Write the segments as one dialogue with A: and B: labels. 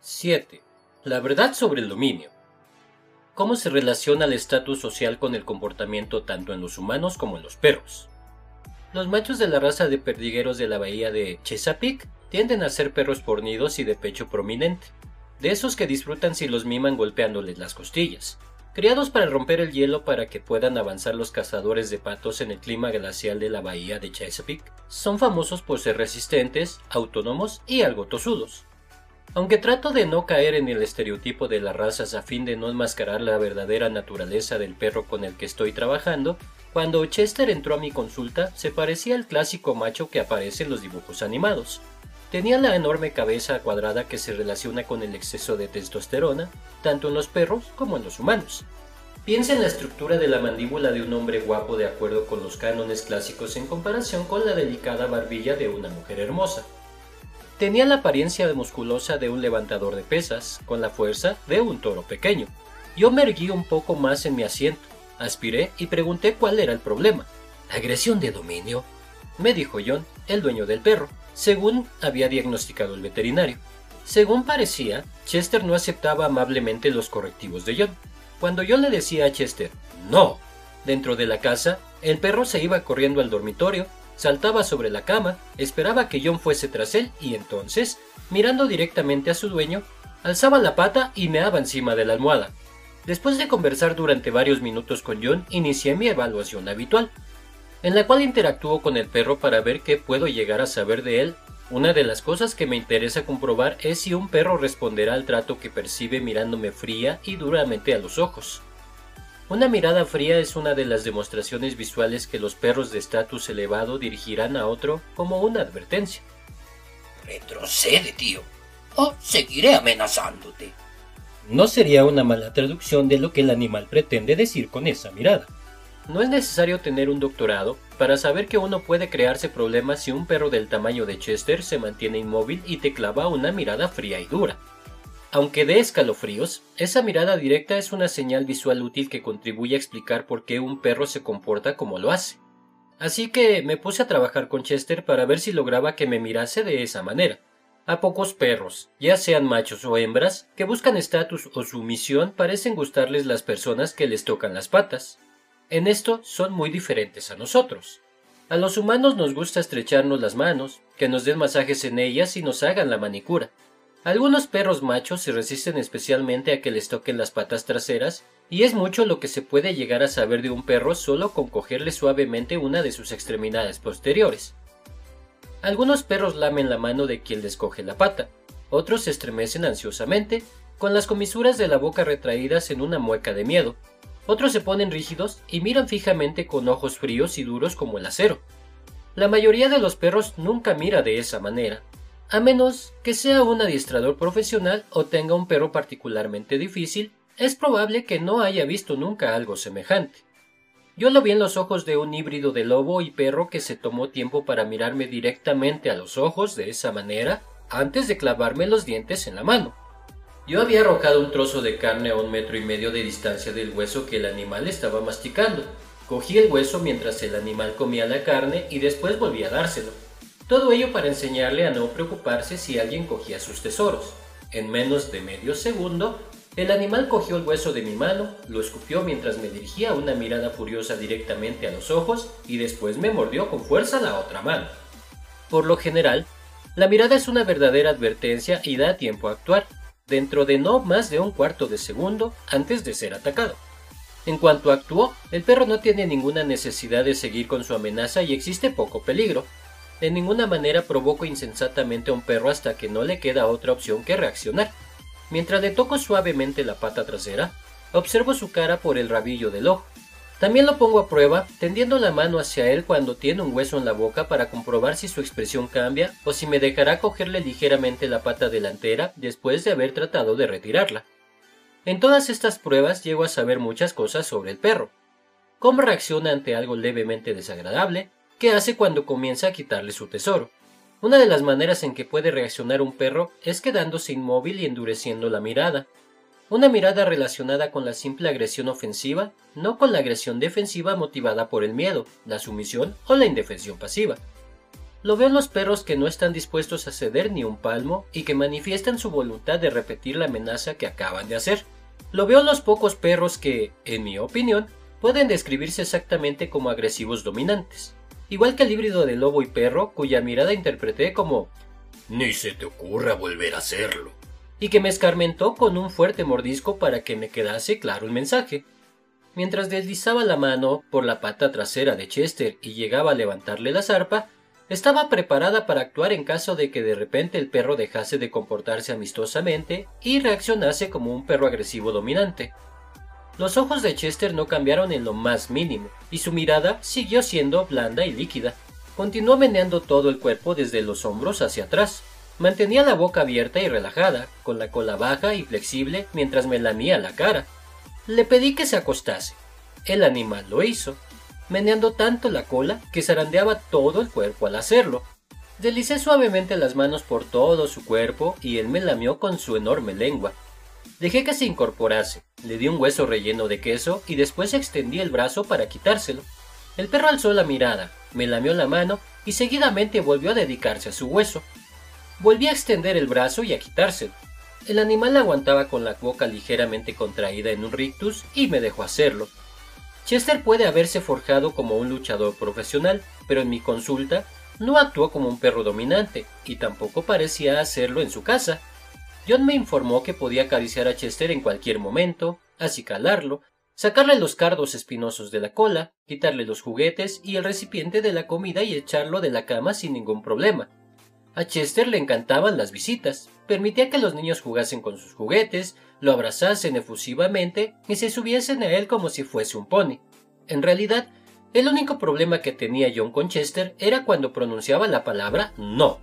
A: 7. La verdad sobre el dominio. ¿Cómo se relaciona el estatus social con el comportamiento tanto en los humanos como en los perros? Los machos de la raza de perdigueros de la bahía de Chesapeake tienden a ser perros fornidos y de pecho prominente, de esos que disfrutan si los miman golpeándoles las costillas. Criados para romper el hielo para que puedan avanzar los cazadores de patos en el clima glacial de la bahía de Chesapeake, son famosos por ser resistentes, autónomos y algo tosudos. Aunque trato de no caer en el estereotipo de las razas a fin de no enmascarar la verdadera naturaleza del perro con el que estoy trabajando, cuando Chester entró a mi consulta se parecía al clásico macho que aparece en los dibujos animados. Tenía la enorme cabeza cuadrada que se relaciona con el exceso de testosterona, tanto en los perros como en los humanos. Piensa en la estructura de la mandíbula de un hombre guapo de acuerdo con los cánones clásicos en comparación con la delicada barbilla de una mujer hermosa. Tenía la apariencia musculosa de un levantador de pesas, con la fuerza de un toro pequeño. Yo me erguí un poco más en mi asiento, aspiré y pregunté cuál era el problema. «Agresión de dominio», me dijo John, el dueño del perro, según había diagnosticado el veterinario. Según parecía, Chester no aceptaba amablemente los correctivos de John. Cuando yo le decía a Chester «no» dentro de la casa, el perro se iba corriendo al dormitorio, saltaba sobre la cama, esperaba que John fuese tras él y entonces, mirando directamente a su dueño, alzaba la pata y meaba encima de la almohada. Después de conversar durante varios minutos con John, inicié mi evaluación habitual, en la cual interactúo con el perro para ver qué puedo llegar a saber de él. Una de las cosas que me interesa comprobar es si un perro responderá al trato que percibe mirándome fría y duramente a los ojos. Una mirada fría es una de las demostraciones visuales que los perros de estatus elevado dirigirán a otro como una advertencia.
B: «Retrocede, tío, o seguiré amenazándote».
A: No sería una mala traducción de lo que el animal pretende decir con esa mirada. No es necesario tener un doctorado para saber que uno puede crearse problemas si un perro del tamaño de Chester se mantiene inmóvil y te clava una mirada fría y dura. Aunque dé escalofríos, esa mirada directa es una señal visual útil que contribuye a explicar por qué un perro se comporta como lo hace. Así que me puse a trabajar con Chester para ver si lograba que me mirase de esa manera. A pocos perros, ya sean machos o hembras, que buscan estatus o sumisión, parecen gustarles las personas que les tocan las patas. En esto son muy diferentes a nosotros. A los humanos nos gusta estrecharnos las manos, que nos den masajes en ellas y nos hagan la manicura. Algunos perros machos se resisten especialmente a que les toquen las patas traseras, y es mucho lo que se puede llegar a saber de un perro solo con cogerle suavemente una de sus extremidades posteriores. Algunos perros lamen la mano de quien les coge la pata, otros se estremecen ansiosamente, con las comisuras de la boca retraídas en una mueca de miedo. Otros se ponen rígidos y miran fijamente con ojos fríos y duros como el acero. La mayoría de los perros nunca mira de esa manera, a menos que sea un adiestrador profesional o tenga un perro particularmente difícil, es probable que no haya visto nunca algo semejante. Yo lo vi en los ojos de un híbrido de lobo y perro que se tomó tiempo para mirarme directamente a los ojos de esa manera antes de clavarme los dientes en la mano. Yo había arrojado un trozo de carne a 1,5 metros de distancia del hueso que el animal estaba masticando. Cogí el hueso mientras el animal comía la carne y después volví a dárselo. Todo ello para enseñarle a no preocuparse si alguien cogía sus tesoros. En menos de medio segundo, el animal cogió el hueso de mi mano, lo escupió mientras me dirigía una mirada furiosa directamente a los ojos y después me mordió con fuerza la otra mano. Por lo general, la mirada es una verdadera advertencia y da tiempo a actuar, dentro de no más de 1/4 de segundo antes de ser atacado. En cuanto actuó, el perro no tiene ninguna necesidad de seguir con su amenaza y existe poco peligro. De ninguna manera provoco insensatamente a un perro hasta que no le queda otra opción que reaccionar. Mientras le toco suavemente la pata trasera, observo su cara por el rabillo del ojo. También lo pongo a prueba, tendiendo la mano hacia él cuando tiene un hueso en la boca para comprobar si su expresión cambia o si me dejará cogerle ligeramente la pata delantera después de haber tratado de retirarla. En todas estas pruebas llego a saber muchas cosas sobre el perro. Cómo reacciona ante algo levemente desagradable, qué hace cuando comienza a quitarle su tesoro. Una de las maneras en que puede reaccionar un perro es quedándose inmóvil y endureciendo la mirada. Una mirada relacionada con la simple agresión ofensiva, no con la agresión defensiva motivada por el miedo, la sumisión o la indefensión pasiva. Lo veo en los perros que no están dispuestos a ceder ni un palmo y que manifiestan su voluntad de repetir la amenaza que acaban de hacer. Lo veo en los pocos perros que, en mi opinión, pueden describirse exactamente como agresivos dominantes. Igual que el híbrido de lobo y perro, cuya mirada interpreté como
B: «Ni se te ocurra volver a hacerlo»,
A: y que me escarmentó con un fuerte mordisco para que me quedase claro el mensaje. Mientras deslizaba la mano por la pata trasera de Chester y llegaba a levantarle la zarpa, estaba preparada para actuar en caso de que de repente el perro dejase de comportarse amistosamente y reaccionase como un perro agresivo dominante. Los ojos de Chester no cambiaron en lo más mínimo, y su mirada siguió siendo blanda y líquida. Continuó meneando todo el cuerpo desde los hombros hacia atrás. Mantenía la boca abierta y relajada, con la cola baja y flexible mientras me lamía la cara. Le pedí que se acostase. El animal lo hizo, meneando tanto la cola que zarandeaba todo el cuerpo al hacerlo. Deslicé suavemente las manos por todo su cuerpo y él me lamió con su enorme lengua. Dejé que se incorporase, le di un hueso relleno de queso y después extendí el brazo para quitárselo. El perro alzó la mirada, me lamió la mano y seguidamente volvió a dedicarse a su hueso. Volví a extender el brazo y a quitárselo. El animal aguantaba con la boca ligeramente contraída en un rictus y me dejó hacerlo. Chester puede haberse forjado como un luchador profesional, pero en mi consulta no actuó como un perro dominante y tampoco parecía hacerlo en su casa. John me informó que podía acariciar a Chester en cualquier momento, acicalarlo, sacarle los cardos espinosos de la cola, quitarle los juguetes y el recipiente de la comida y echarlo de la cama sin ningún problema. A Chester le encantaban las visitas, permitía que los niños jugasen con sus juguetes, lo abrazasen efusivamente y se subiesen a él como si fuese un pony. En realidad, el único problema que tenía John con Chester era cuando pronunciaba la palabra no.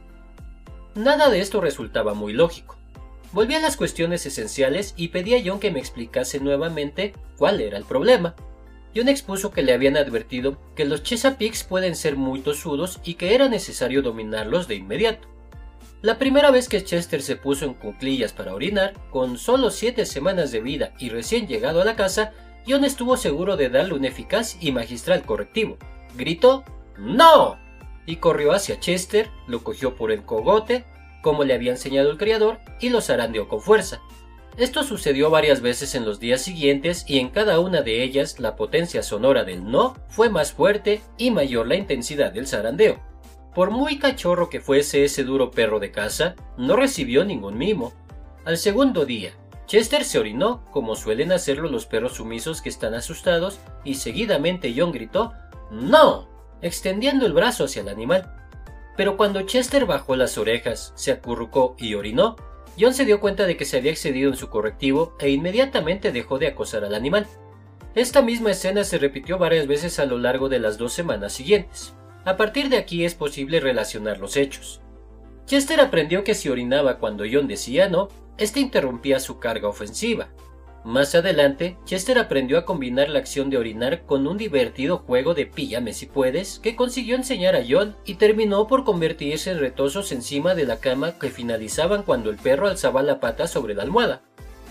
A: Nada de esto resultaba muy lógico. Volví a las cuestiones esenciales y pedí a John que me explicase nuevamente cuál era el problema. John expuso que le habían advertido que los Chesapeakes pueden ser muy tosudos y que era necesario dominarlos de inmediato. La primera vez que Chester se puso en cuclillas para orinar, con solo 7 semanas de vida y recién llegado a la casa, John estuvo seguro de darle un eficaz y magistral correctivo. Gritó ¡No! Y corrió hacia Chester, lo cogió por el cogote, como le había enseñado el criador, y lo zarandeó con fuerza. Esto sucedió varias veces en los días siguientes y en cada una de ellas la potencia sonora del no fue más fuerte y mayor la intensidad del zarandeo. Por muy cachorro que fuese ese duro perro de casa, no recibió ningún mimo. Al segundo día, Chester se orinó como suelen hacerlo los perros sumisos que están asustados y seguidamente John gritó ¡No!, extendiendo el brazo hacia el animal. Pero cuando Chester bajó las orejas, se acurrucó y orinó, John se dio cuenta de que se había excedido en su correctivo e inmediatamente dejó de acosar al animal. Esta misma escena se repitió varias veces a lo largo de las 2 semanas siguientes. A partir de aquí es posible relacionar los hechos. Chester aprendió que si orinaba cuando John decía no, este interrumpía su carga ofensiva. Más adelante, Chester aprendió a combinar la acción de orinar con un divertido juego de píllame si puedes que consiguió enseñar a John y terminó por convertirse en retosos encima de la cama que finalizaban cuando el perro alzaba la pata sobre la almohada.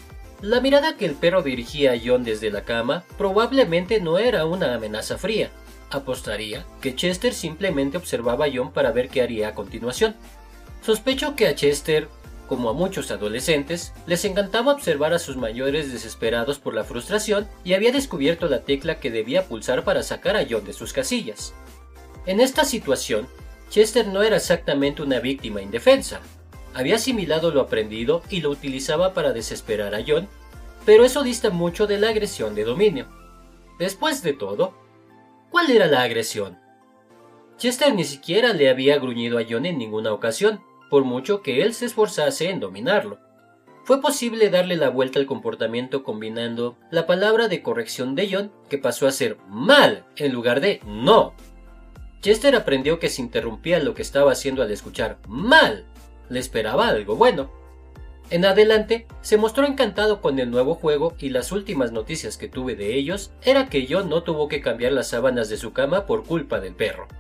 A: La mirada que el perro dirigía a John desde la cama probablemente no era una amenaza fría. Apostaría que Chester simplemente observaba a John para ver qué haría a continuación. Sospecho que a Chester, como a muchos adolescentes, les encantaba observar a sus mayores desesperados por la frustración y había descubierto la tecla que debía pulsar para sacar a John de sus casillas. En esta situación, Chester no era exactamente una víctima indefensa. Había asimilado lo aprendido y lo utilizaba para desesperar a John, pero eso dista mucho de la agresión de dominio. Después de todo, ¿cuál era la agresión? Chester ni siquiera le había gruñido a John en ninguna ocasión, por mucho que él se esforzase en dominarlo. Fue posible darle la vuelta al comportamiento combinando la palabra de corrección de John, que pasó a ser mal en lugar de no. Chester aprendió que si interrumpía lo que estaba haciendo al escuchar mal, le esperaba algo bueno. En adelante, se mostró encantado con el nuevo juego y las últimas noticias que tuve de ellos era que John no tuvo que cambiar las sábanas de su cama por culpa del perro.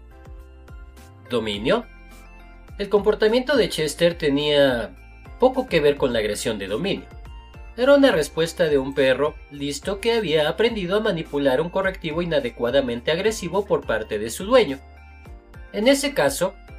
A: ¿Dominio? El comportamiento de Chester tenía poco que ver con la agresión de dominio. Era una respuesta de un perro listo que había aprendido a manipular un correctivo inadecuadamente agresivo por parte de su dueño. En ese caso,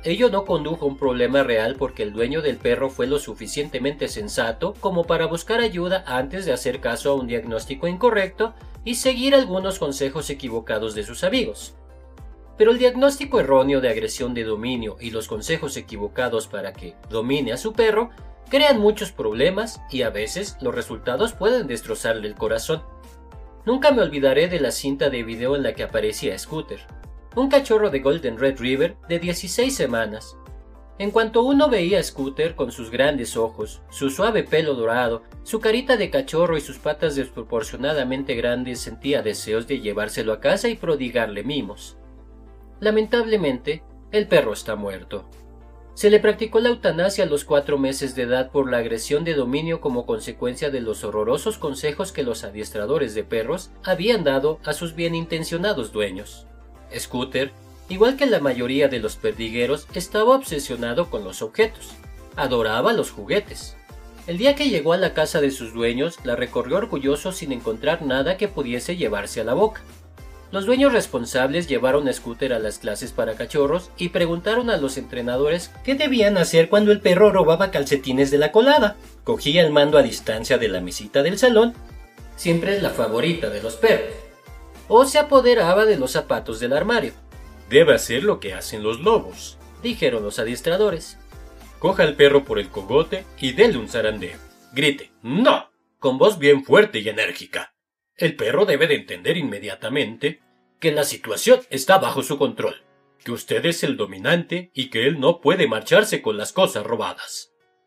A: ello no condujo a un problema real porque el dueño del perro fue lo suficientemente sensato como para buscar ayuda antes de hacer caso a un diagnóstico incorrecto y seguir algunos consejos equivocados de sus amigos. Pero el diagnóstico erróneo de agresión de dominio y los consejos equivocados para que domine a su perro crean muchos problemas y a veces los resultados pueden destrozarle el corazón. Nunca me olvidaré de la cinta de video en la que aparecía Scooter, un cachorro de Golden Retriever de 16 semanas. En cuanto uno veía a Scooter con sus grandes ojos, su suave pelo dorado, su carita de cachorro y sus patas desproporcionadamente grandes, sentía deseos de llevárselo a casa y prodigarle mimos. Lamentablemente, el perro está muerto. Se le practicó la eutanasia a los 4 meses de edad por la agresión de dominio como consecuencia de los horrorosos consejos que los adiestradores de perros habían dado a sus bienintencionados dueños. Scooter, igual que la mayoría de los perdigueros, estaba obsesionado con los objetos. Adoraba los juguetes. El día que llegó a la casa de sus dueños, la recorrió orgulloso sin encontrar nada que pudiese llevarse a la boca. Los dueños responsables llevaron a Scooter a las clases para cachorros y preguntaron a los entrenadores qué debían hacer cuando el perro robaba calcetines de la colada. Cogía el mando a distancia de la mesita del salón, siempre es la favorita de los perros, o se apoderaba de los zapatos del armario.
B: Debe hacer lo que hacen los lobos,
A: dijeron los adiestradores.
B: Coja al perro por el cogote y dele un zarandeo. Grite ¡no!, con voz bien fuerte y enérgica. El perro debe de entender inmediatamente que la situación está bajo su control, que usted es el dominante y que él no puede marcharse con las cosas robadas.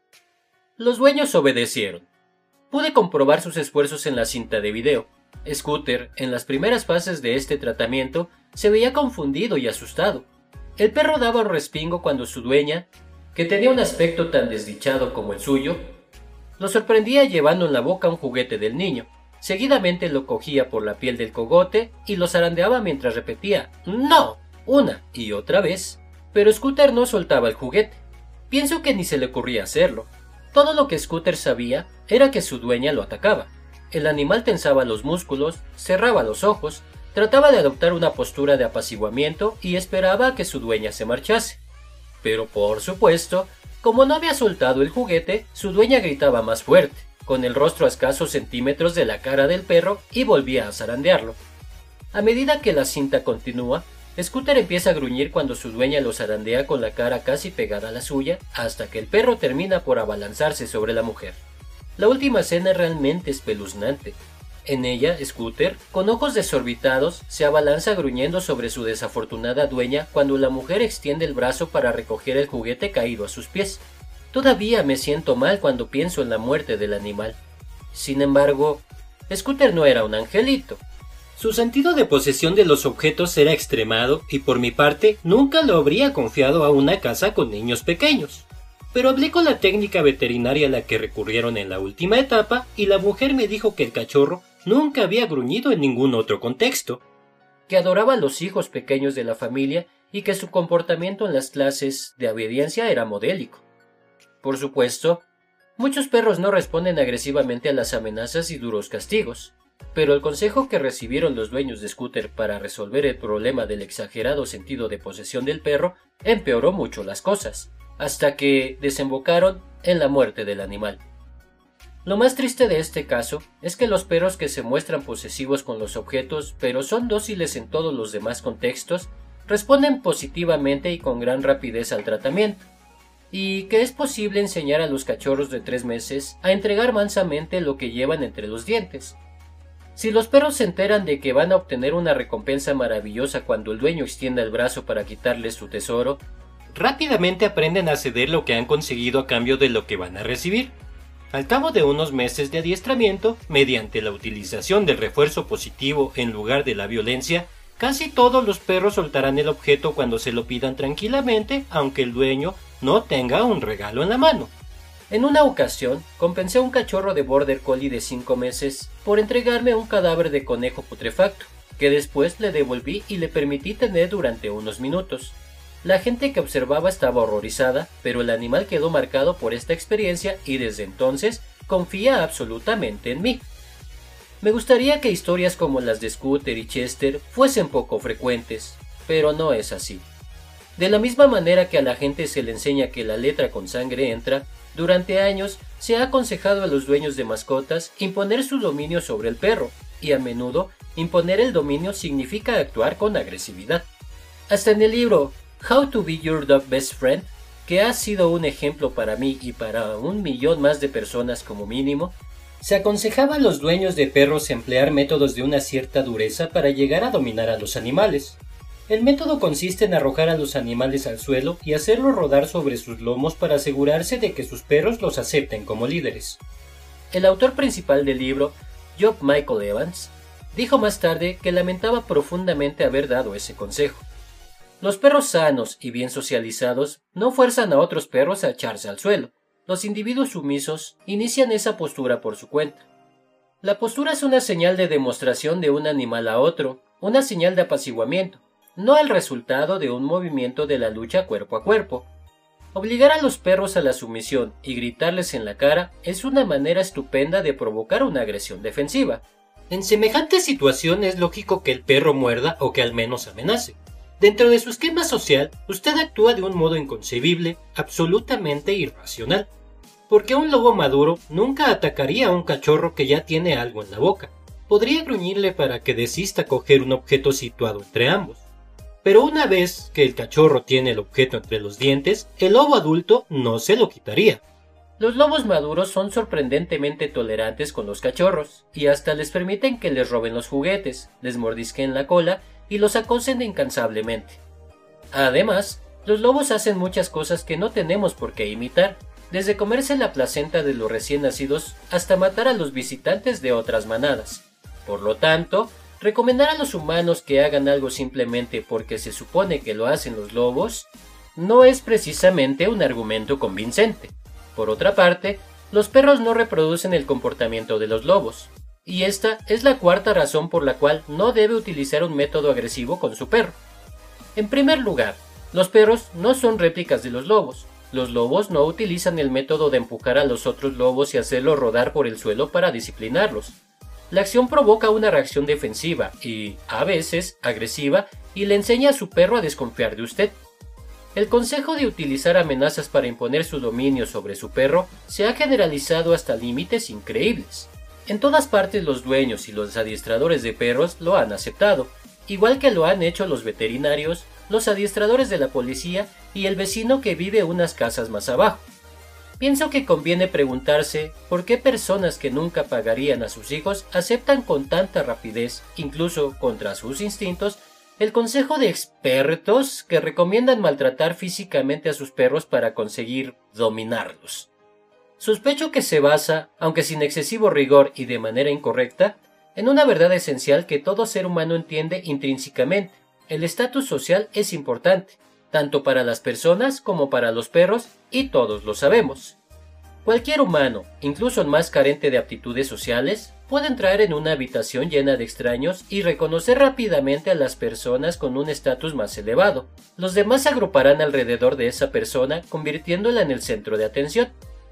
A: Los dueños obedecieron. Pude comprobar sus esfuerzos en la cinta de video. Scooter, en las primeras fases de este tratamiento, se veía confundido y asustado. El perro daba un respingo cuando su dueña, que tenía un aspecto tan desdichado como el suyo, lo sorprendía llevando en la boca un juguete del niño. Seguidamente lo cogía por la piel del cogote y lo zarandeaba mientras repetía ¡no!, una y otra vez. Pero Scooter no soltaba el juguete. Pienso que ni se le ocurría hacerlo. Todo lo que Scooter sabía era que su dueña lo atacaba. El animal tensaba los músculos, cerraba los ojos, trataba de adoptar una postura de apaciguamiento y esperaba a que su dueña se marchase. Pero por supuesto, como no había soltado el juguete, su dueña gritaba más fuerte, con el rostro a escasos centímetros de la cara del perro, y volvía a zarandearlo. A medida que la cinta continúa, Scooter empieza a gruñir cuando su dueña lo zarandea con la cara casi pegada a la suya, hasta que el perro termina por abalanzarse sobre la mujer. La última escena es realmente espeluznante. En ella, Scooter, con ojos desorbitados, se abalanza gruñendo sobre su desafortunada dueña cuando la mujer extiende el brazo para recoger el juguete caído a sus pies. Todavía me siento mal cuando pienso en la muerte del animal. Sin embargo, Scooter no era un angelito. Su sentido de posesión de los objetos era extremado y por mi parte nunca lo habría confiado a una casa con niños pequeños. Pero hablé con la técnica veterinaria a la que recurrieron en la última etapa y la mujer me dijo que el cachorro nunca había gruñido en ningún otro contexto, que adoraba a los hijos pequeños de la familia y que su comportamiento en las clases de obediencia era modélico. Por supuesto, muchos perros no responden agresivamente a las amenazas y duros castigos, pero el consejo que recibieron los dueños de Scooter para resolver el problema del exagerado sentido de posesión del perro empeoró mucho las cosas, hasta que desembocaron en la muerte del animal. Lo más triste de este caso es que los perros que se muestran posesivos con los objetos, pero son dóciles en todos los demás contextos, responden positivamente y con gran rapidez al tratamiento, y que es posible enseñar a los cachorros de 3 meses a entregar mansamente lo que llevan entre los dientes. Si los perros se enteran de que van a obtener una recompensa maravillosa cuando el dueño extienda el brazo para quitarles su tesoro, rápidamente aprenden a ceder lo que han conseguido a cambio de lo que van a recibir. Al cabo de unos meses de adiestramiento, mediante la utilización del refuerzo positivo en lugar de la violencia, casi todos los perros soltarán el objeto cuando se lo pidan tranquilamente, aunque el dueño no tenga un regalo en la mano. En una ocasión, compensé a un cachorro de Border Collie de 5 meses por entregarme un cadáver de conejo putrefacto, que después le devolví y le permití tener durante unos minutos. La gente que observaba estaba horrorizada, pero el animal quedó marcado por esta experiencia y desde entonces confía absolutamente en mí. Me gustaría que historias como las de Scooter y Chester fuesen poco frecuentes, pero no es así. De la misma manera que a la gente se le enseña que la letra con sangre entra, durante años se ha aconsejado a los dueños de mascotas imponer su dominio sobre el perro, y a menudo imponer el dominio significa actuar con agresividad. Hasta en el libro How to Be Your Dog Best Friend, que ha sido un ejemplo para mí y para 1 millón más de personas como mínimo, se aconsejaba a los dueños de perros emplear métodos de una cierta dureza para llegar a dominar a los animales. El método consiste en arrojar a los animales al suelo y hacerlos rodar sobre sus lomos para asegurarse de que sus perros los acepten como líderes. El autor principal del libro, Job Michael Evans, dijo más tarde que lamentaba profundamente haber dado ese consejo. Los perros sanos y bien socializados no fuerzan a otros perros a echarse al suelo. Los individuos sumisos inician esa postura por su cuenta. La postura es una señal de demostración de un animal a otro, una señal de apaciguamiento, no el resultado de un movimiento de la lucha cuerpo a cuerpo. Obligar a los perros a la sumisión y gritarles en la cara es una manera estupenda de provocar una agresión defensiva. En semejante situación es lógico que el perro muerda o que al menos amenace. Dentro de su esquema social, usted actúa de un modo inconcebible, absolutamente irracional. Porque un lobo maduro nunca atacaría a un cachorro que ya tiene algo en la boca. Podría gruñirle para que desista a coger un objeto situado entre ambos. Pero una vez que el cachorro tiene el objeto entre los dientes, el lobo adulto no se lo quitaría. Los lobos maduros son sorprendentemente tolerantes con los cachorros, y hasta les permiten que les roben los juguetes, les mordisquen la cola y los acosen incansablemente. Además, los lobos hacen muchas cosas que no tenemos por qué imitar, desde comerse la placenta de los recién nacidos hasta matar a los visitantes de otras manadas. Por lo tanto, recomendar a los humanos que hagan algo simplemente porque se supone que lo hacen los lobos no es precisamente un argumento convincente. Por otra parte, los perros no reproducen el comportamiento de los lobos, y esta es la cuarta razón por la cual no debe utilizar un método agresivo con su perro. En primer lugar, los perros no son réplicas de los lobos. Los lobos no utilizan el método de empujar a los otros lobos y hacerlos rodar por el suelo para disciplinarlos. La acción provoca una reacción defensiva y, a veces, agresiva, y le enseña a su perro a desconfiar de usted. El consejo de utilizar amenazas para imponer su dominio sobre su perro se ha generalizado hasta límites increíbles. En todas partes los dueños y los adiestradores de perros lo han aceptado, igual que lo han hecho los veterinarios, los adiestradores de la policía y el vecino que vive unas casas más abajo. Pienso que conviene preguntarse por qué personas que nunca pagarían a sus hijos aceptan con tanta rapidez, incluso contra sus instintos, el consejo de expertos que recomiendan maltratar físicamente a sus perros para conseguir dominarlos. Sospecho que se basa, aunque sin excesivo rigor y de manera incorrecta, en una verdad esencial que todo ser humano entiende intrínsecamente. El estatus social es importante, tanto para las personas como para los perros, y todos lo sabemos. Cualquier humano, incluso el más carente de aptitudes sociales, puede entrar en una habitación llena de extraños y reconocer rápidamente a las personas con un estatus más elevado. Los demás se agruparán alrededor de esa persona, convirtiéndola en el centro de atención.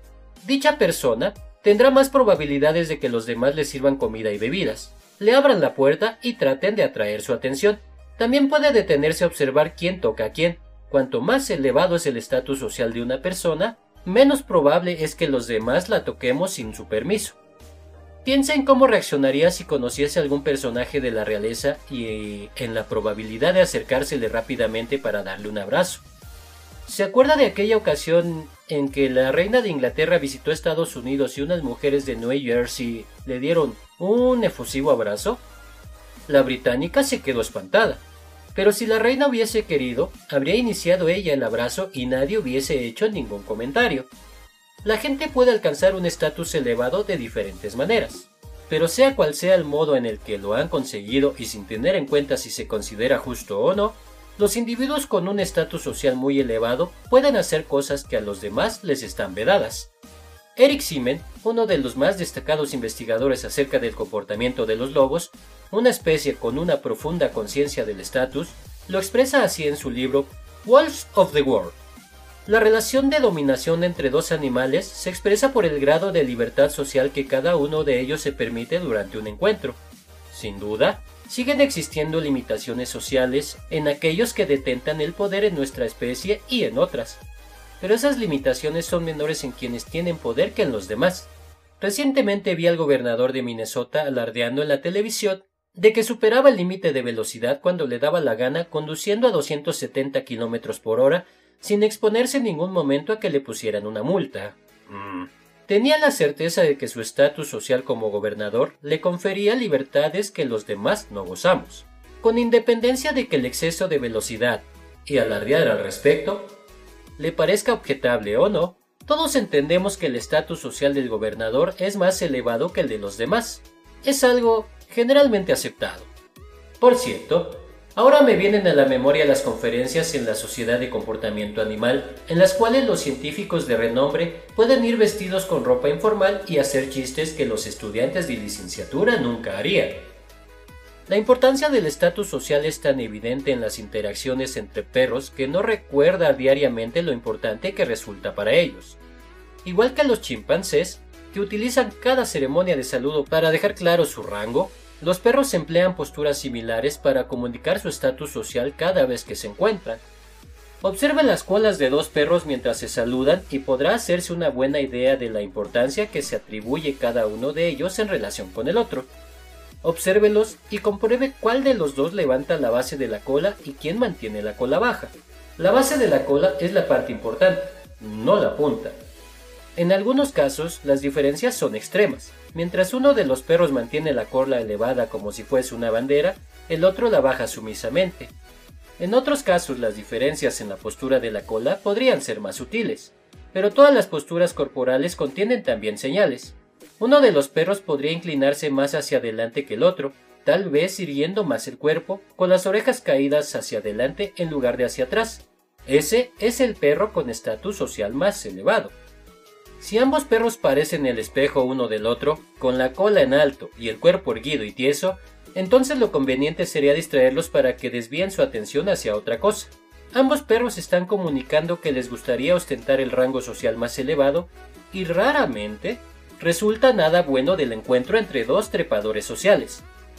A: Dicha persona tendrá más probabilidades de que los demás le sirvan comida y bebidas, le abran la puerta y traten de atraer su atención. También puede detenerse a observar quién toca a quién. Cuanto más elevado es el estatus social de una persona, menos probable es que los demás la toquemos sin su permiso. Piensa en cómo reaccionaría si conociese a algún personaje de la realeza y en la probabilidad de acercársele rápidamente para darle un abrazo. ¿Se acuerda de aquella ocasión en que la reina de Inglaterra visitó Estados Unidos y unas mujeres de New Jersey le dieron un efusivo abrazo? La británica se quedó espantada, pero si la reina hubiese querido, habría iniciado ella el abrazo y nadie hubiese hecho ningún comentario. La gente puede alcanzar un estatus elevado de diferentes maneras, pero sea cual sea el modo en el que lo han conseguido y sin tener en cuenta si se considera justo o no, los individuos con un estatus social muy elevado pueden hacer cosas que a los demás les están vedadas. Eric Seaman, uno de los más destacados investigadores acerca del comportamiento de los lobos, una especie con una profunda conciencia del estatus, lo expresa así en su libro Wolves of the World. La relación de dominación entre dos animales se expresa por el grado de libertad social que cada uno de ellos se permite durante un encuentro. Sin duda, siguen existiendo limitaciones sociales en aquellos que detentan el poder en nuestra especie y en otras. Pero esas limitaciones son menores en quienes tienen poder que en los demás. Recientemente vi al gobernador de Minnesota alardeando en la televisión de que superaba el límite de velocidad cuando le daba la gana conduciendo a 270 km por hora sin exponerse en ningún momento a que le pusieran una multa. Tenía la certeza de que su estatus social como gobernador le confería libertades que los demás no gozamos. Con independencia de que el exceso de velocidad y alardear al respecto le parezca objetable o no, todos entendemos que el estatus social del gobernador es más elevado que el de los demás. Es algo generalmente aceptado. Por cierto, ahora me vienen a la memoria las conferencias en la Sociedad de Comportamiento Animal, en las cuales los científicos de renombre pueden ir vestidos con ropa informal y hacer chistes que los estudiantes de licenciatura nunca harían. La importancia del estatus social es tan evidente en las interacciones entre perros que no recuerda diariamente lo importante que resulta para ellos. Igual que los chimpancés, que utilizan cada ceremonia de saludo para dejar claro su rango, los perros emplean posturas similares para comunicar su estatus social cada vez que se encuentran. Observe las colas de dos perros mientras se saludan y podrá hacerse una buena idea de la importancia que se atribuye cada uno de ellos en relación con el otro. Obsérvelos y compruebe cuál de los dos levanta la base de la cola y quién mantiene la cola baja. La base de la cola es la parte importante, no la punta. En algunos casos, las diferencias son extremas. Mientras uno de los perros mantiene la cola elevada como si fuese una bandera, el otro la baja sumisamente. En otros casos, las diferencias en la postura de la cola podrían ser más sutiles, pero todas las posturas corporales contienen también señales. Uno de los perros podría inclinarse más hacia adelante que el otro, tal vez irguiendo más el cuerpo, con las orejas caídas hacia adelante en lugar de hacia atrás. Ese es el perro con estatus social más elevado. Si ambos perros parecen el espejo uno del otro, con la cola en alto y el cuerpo erguido y tieso, entonces lo conveniente sería distraerlos para que desvíen su atención hacia otra cosa. Ambos perros están comunicando que les gustaría ostentar el rango social más elevado y raramente resulta nada bueno del encuentro entre dos trepadores sociales.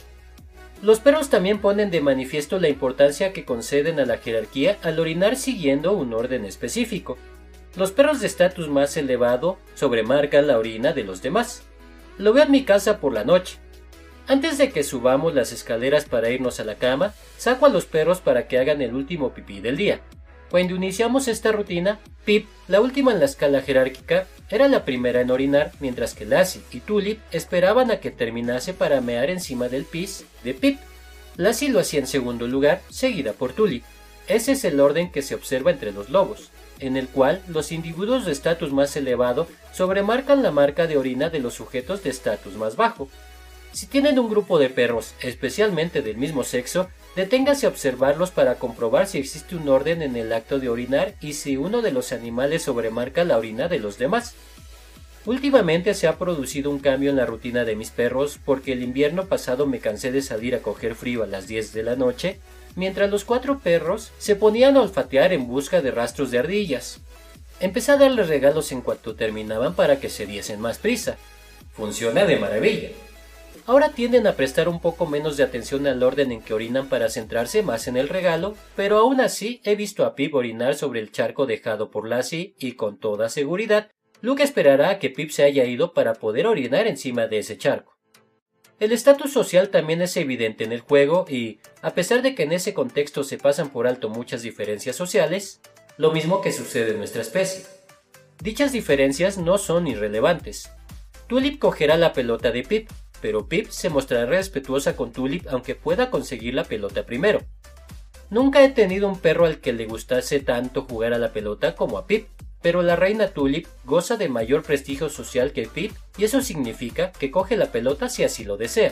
A: Los perros también ponen de manifiesto la importancia que conceden a la jerarquía al orinar siguiendo un orden específico. Los perros de estatus más elevado sobremarcan la orina de los demás. Lo veo en mi casa por la noche. Antes de que subamos las escaleras para irnos a la cama, saco a los perros para que hagan el último pipí del día. Cuando iniciamos esta rutina, Pip, la última en la escala jerárquica, era la primera en orinar, mientras que Lassie y Tulip esperaban a que terminase para mear encima del pis de Pip. Lassie lo hacía en segundo lugar, seguida por Tulip. Ese es el orden que se observa entre los lobos, en el cual los individuos de estatus más elevado sobremarcan la marca de orina de los sujetos de estatus más bajo. Si tienen un grupo de perros, especialmente del mismo sexo, deténgase a observarlos para comprobar si existe un orden en el acto de orinar y si uno de los animales sobremarca la orina de los demás. Últimamente se ha producido un cambio en la rutina de mis perros porque el invierno pasado me cansé de salir a coger frío a las 10 de la noche, mientras los 4 perros se ponían a olfatear en busca de rastros de ardillas. Empecé a darles regalos en cuanto terminaban para que se diesen más prisa. Funciona de maravilla. Ahora tienden a prestar un poco menos de atención al orden en que orinan para centrarse más en el regalo, pero aún así he visto a Pip orinar sobre el charco dejado por Lassie y con toda seguridad, Luke esperará a que Pip se haya ido para poder orinar encima de ese charco. El estatus social también es evidente en el juego y, a pesar de que en ese contexto se pasan por alto muchas diferencias sociales, lo mismo que sucede en nuestra especie. Dichas diferencias no son irrelevantes. Tulip cogerá la pelota de Pip, pero Pip se mostrará respetuosa con Tulip aunque pueda conseguir la pelota primero. Nunca he tenido un perro al que le gustase tanto jugar a la pelota como a Pip, pero la reina Tulip goza de mayor prestigio social que Pip y eso significa que coge la pelota si así lo desea.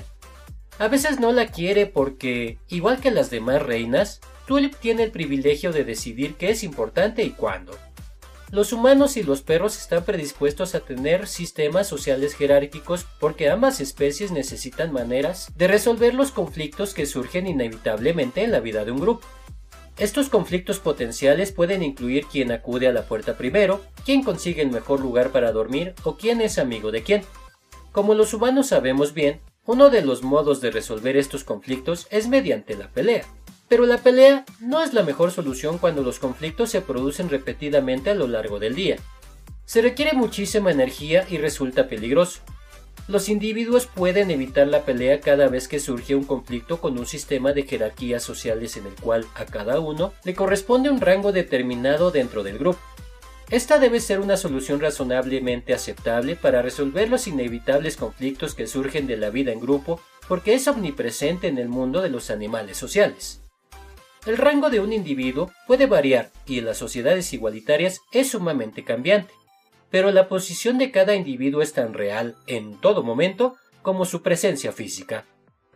A: A veces no la quiere porque, igual que las demás reinas, Tulip tiene el privilegio de decidir qué es importante y cuándo. Los humanos y los perros están predispuestos a tener sistemas sociales jerárquicos porque ambas especies necesitan maneras de resolver los conflictos que surgen inevitablemente en la vida de un grupo. Estos conflictos potenciales pueden incluir quién acude a la puerta primero, quién consigue el mejor lugar para dormir o quién es amigo de quién. Como los humanos sabemos bien, Uno de los modos de resolver estos conflictos es mediante la pelea. Pero la pelea no es la mejor solución cuando los conflictos se producen repetidamente a lo largo del día. Se requiere muchísima energía y resulta peligroso. Los individuos pueden evitar la pelea cada vez que surge un conflicto con un sistema de jerarquías sociales en el cual a cada uno le corresponde un rango determinado dentro del grupo. Esta debe ser una solución razonablemente aceptable para resolver los inevitables conflictos que surgen de la vida en grupo, porque es omnipresente en el mundo de los animales sociales. El rango de un individuo puede variar y en las sociedades igualitarias es sumamente cambiante, pero la posición de cada individuo es tan real en todo momento como su presencia física.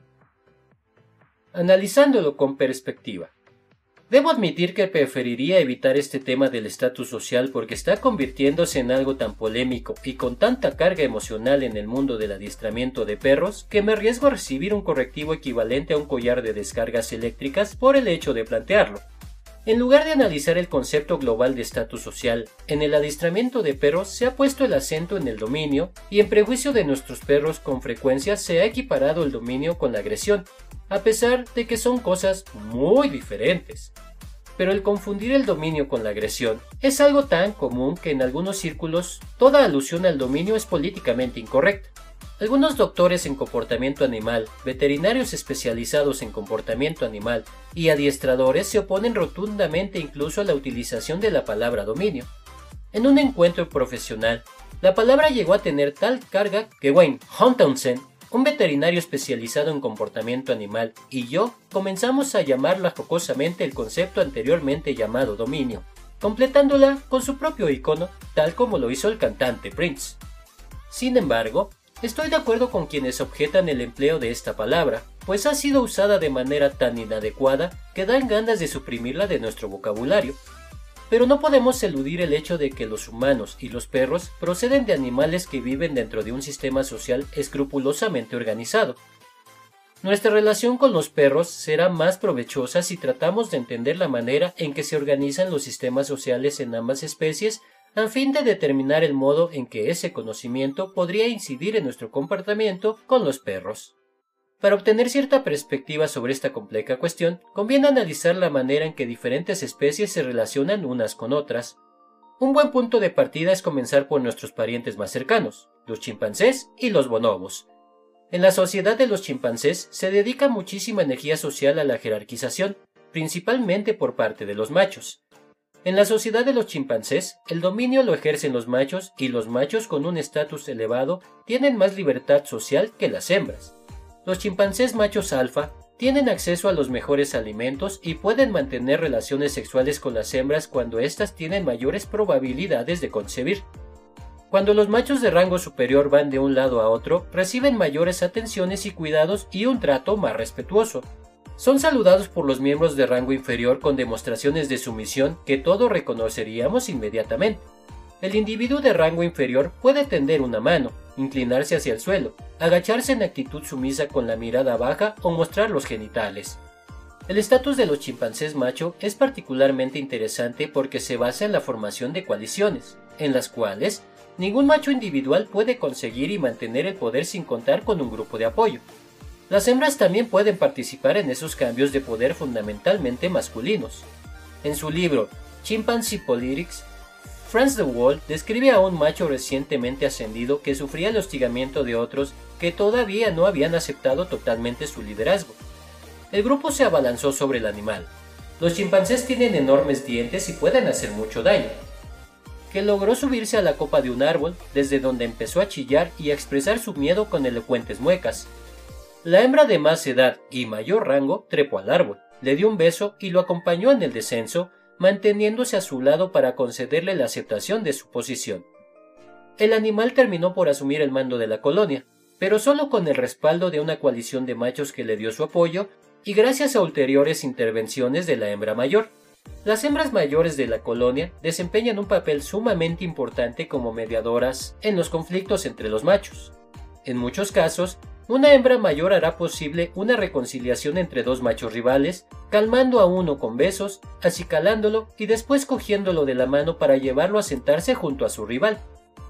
A: Analizándolo con perspectiva. Debo admitir que preferiría evitar este tema del estatus social porque está convirtiéndose en algo tan polémico y con tanta carga emocional en el mundo del adiestramiento de perros que me arriesgo a recibir un correctivo equivalente a un collar de descargas eléctricas por el hecho de plantearlo. En lugar de analizar el concepto global de estatus social, en el adiestramiento de perros se ha puesto el acento en el dominio y en prejuicio de nuestros perros con frecuencia se ha equiparado el dominio con la agresión, a pesar de que son cosas muy diferentes. Pero el confundir el dominio con la agresión es algo tan común que en algunos círculos toda alusión al dominio es políticamente incorrecta. Algunos doctores en comportamiento animal, veterinarios especializados en comportamiento animal y adiestradores se oponen rotundamente incluso a la utilización de la palabra dominio. En un encuentro profesional, la palabra llegó a tener tal carga que Wayne Huntington, un veterinario especializado en comportamiento animal, y yo comenzamos a llamarla jocosamente el concepto anteriormente llamado dominio, completándola con su propio icono, tal como lo hizo el cantante Prince. Sin embargo, estoy de acuerdo con quienes objetan el empleo de esta palabra, pues ha sido usada de manera tan inadecuada que dan ganas de suprimirla de nuestro vocabulario. Pero no podemos eludir el hecho de que los humanos y los perros proceden de animales que viven dentro de un sistema social escrupulosamente organizado. Nuestra relación con los perros será más provechosa si tratamos de entender la manera en que se organizan los sistemas sociales en ambas especies a fin de determinar el modo en que ese conocimiento podría incidir en nuestro comportamiento con los perros. Para obtener cierta perspectiva sobre esta compleja cuestión, conviene analizar la manera en que diferentes especies se relacionan unas con otras. Un buen punto de partida es comenzar por nuestros parientes más cercanos, los chimpancés y los bonobos. En la sociedad de los chimpancés se dedica muchísima energía social a la jerarquización, principalmente por parte de los machos. En la sociedad de los chimpancés, el dominio lo ejercen los machos y los machos con un estatus elevado tienen más libertad social que las hembras. Los chimpancés machos alfa tienen acceso a los mejores alimentos y pueden mantener relaciones sexuales con las hembras cuando éstas tienen mayores probabilidades de concebir. Cuando los machos de rango superior van de un lado a otro, reciben mayores atenciones y cuidados y un trato más respetuoso. Son saludados por los miembros de rango inferior con demostraciones de sumisión que todos reconoceríamos inmediatamente. El individuo de rango inferior puede tender una mano, inclinarse hacia el suelo, agacharse en actitud sumisa con la mirada baja o mostrar los genitales. El estatus de los chimpancés macho es particularmente interesante porque se basa en la formación de coaliciones, en las cuales ningún macho individual puede conseguir y mantener el poder sin contar con un grupo de apoyo. Las hembras también pueden participar en esos cambios de poder fundamentalmente masculinos. En su libro Chimpanzee Politics, Franz de Waal describe a un macho recientemente ascendido que sufría el hostigamiento de otros que todavía no habían aceptado totalmente su liderazgo. El grupo se abalanzó sobre el animal. Los chimpancés tienen enormes dientes y pueden hacer mucho daño. Que logró subirse a la copa de un árbol, desde donde empezó a chillar y a expresar su miedo con elocuentes muecas. La hembra de más edad y mayor rango trepó al árbol, le dio un beso y lo acompañó en el descenso, manteniéndose a su lado para concederle la aceptación de su posición. El animal terminó por asumir el mando de la colonia, pero solo con el respaldo de una coalición de machos que le dio su apoyo y gracias a ulteriores intervenciones de la hembra mayor. Las hembras mayores de la colonia desempeñan un papel sumamente importante como mediadoras en los conflictos entre los machos. En muchos casos, una hembra mayor hará posible una reconciliación entre dos machos rivales, calmando a uno con besos, acicalándolo y después cogiéndolo de la mano para llevarlo a sentarse junto a su rival.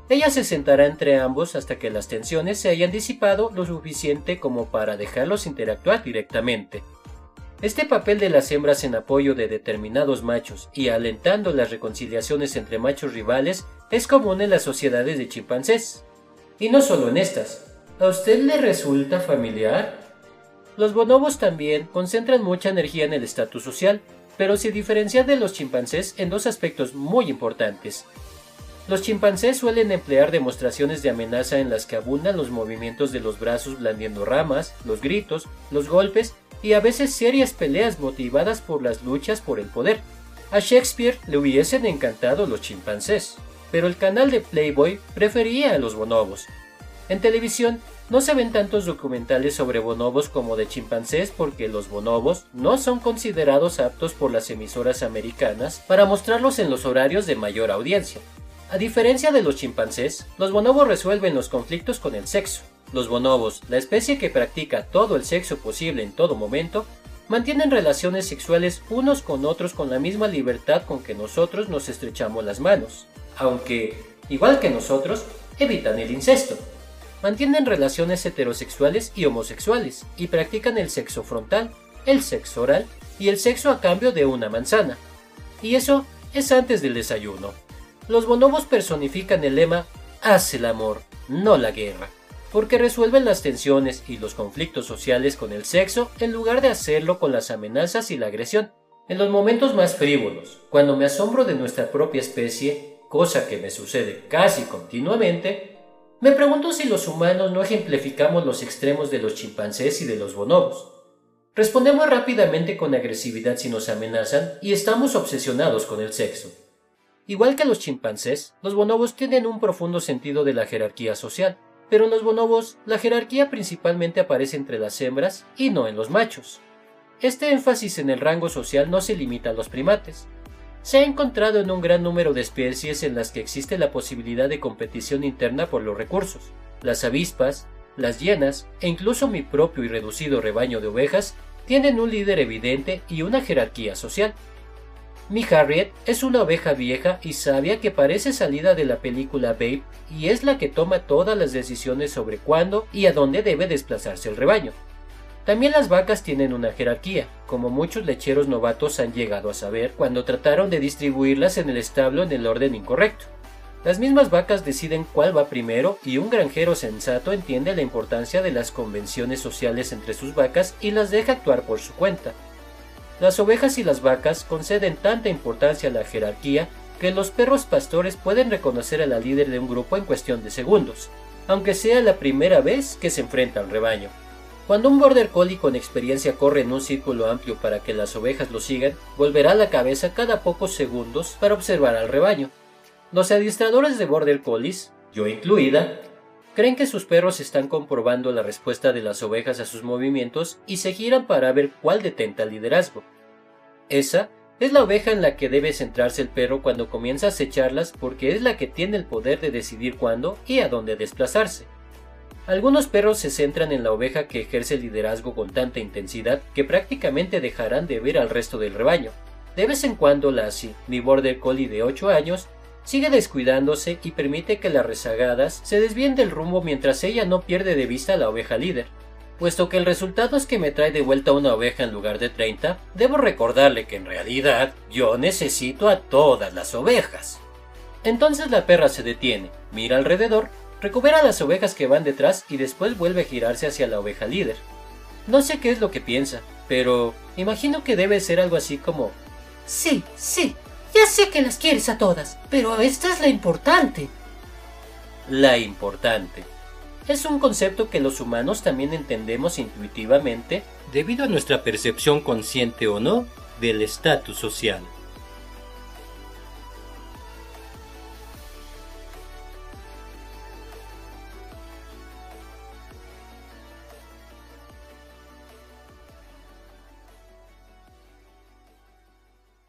A: Ella se sentará entre ambos hasta que las tensiones se hayan disipado lo suficiente como para dejarlos interactuar directamente. Este papel de las hembras en apoyo de determinados machos y alentando las reconciliaciones entre machos rivales es común en las sociedades de chimpancés. Y no solo en estas. ¿A usted le resulta familiar? Los bonobos también concentran mucha energía en el estatus social, pero se diferencian de los chimpancés en dos aspectos muy importantes. Los chimpancés suelen emplear demostraciones de amenaza en las que abundan los movimientos de los brazos blandiendo ramas, los gritos, los golpes y a veces serias peleas motivadas por las luchas por el poder. A Shakespeare le hubiesen encantado los chimpancés, pero el canal de Playboy prefería a los bonobos. En televisión no se ven tantos documentales sobre bonobos como de chimpancés porque los bonobos no son considerados aptos por las emisoras americanas para mostrarlos en los horarios de mayor audiencia. A diferencia de los chimpancés, los bonobos resuelven los conflictos con el sexo. Los bonobos, la especie que practica todo el sexo posible en todo momento, mantienen relaciones sexuales unos con otros con la misma libertad con que nosotros nos estrechamos las manos, aunque, igual que nosotros, evitan el incesto. Mantienen relaciones heterosexuales y homosexuales y practican el sexo frontal, el sexo oral y el sexo a cambio de una manzana. Y eso es antes del desayuno. Los bonobos personifican el lema «Haz el amor, no la guerra», porque resuelven las tensiones y los conflictos sociales con el sexo en lugar de hacerlo con las amenazas y la agresión. En los momentos más frívolos, cuando me asombro de nuestra propia especie, cosa que me sucede casi continuamente, me pregunto si los humanos no ejemplificamos los extremos de los chimpancés y de los bonobos. Respondemos rápidamente con agresividad si nos amenazan y estamos obsesionados con el sexo. Igual que los chimpancés, los bonobos tienen un profundo sentido de la jerarquía social, pero en los bonobos la jerarquía principalmente aparece entre las hembras y no en los machos. Este énfasis en el rango social no se limita a los primates. Se ha encontrado en un gran número de especies en las que existe la posibilidad de competición interna por los recursos. Las avispas, las hienas e incluso mi propio y reducido rebaño de ovejas tienen un líder evidente y una jerarquía social. Mi Harriet es una oveja vieja y sabia que parece salida de la película Babe y es la que toma todas las decisiones sobre cuándo y a dónde debe desplazarse el rebaño. También las vacas tienen una jerarquía, como muchos lecheros novatos han llegado a saber cuando trataron de distribuirlas en el establo en el orden incorrecto. Las mismas vacas deciden cuál va primero y un granjero sensato entiende la importancia de las convenciones sociales entre sus vacas y las deja actuar por su cuenta. Las ovejas y las vacas conceden tanta importancia a la jerarquía que los perros pastores pueden reconocer a la líder de un grupo en cuestión de segundos, aunque sea la primera vez que se enfrenta al rebaño. Cuando un border collie con experiencia corre en un círculo amplio para que las ovejas lo sigan, volverá la cabeza cada pocos segundos para observar al rebaño. Los adiestradores de border collies, yo incluida, creen que sus perros están comprobando la respuesta de las ovejas a sus movimientos y se giran para ver cuál detenta el liderazgo. Esa es la oveja en la que debe centrarse el perro cuando comienza a acecharlas porque es la que tiene el poder de decidir cuándo y a dónde desplazarse. Algunos perros se centran en la oveja que ejerce el liderazgo con tanta intensidad que prácticamente dejarán de ver al resto del rebaño. De vez en cuando Lassie, mi border collie de 8 años, sigue descuidándose y permite que las rezagadas se desvíen del rumbo mientras ella no pierde de vista a la oveja líder. Puesto que el resultado es que me trae de vuelta una oveja en lugar de 30, debo recordarle que en realidad yo necesito a todas las ovejas. Entonces la perra se detiene, mira alrededor, recupera las ovejas que van detrás y después vuelve a girarse hacia la oveja líder. No sé qué es lo que piensa, pero imagino que debe ser algo así como:
C: Sí, ya sé que las quieres a todas, pero esta es la importante.
A: La importante. Es un concepto que los humanos también entendemos intuitivamente debido a nuestra percepción consciente o no del estatus social.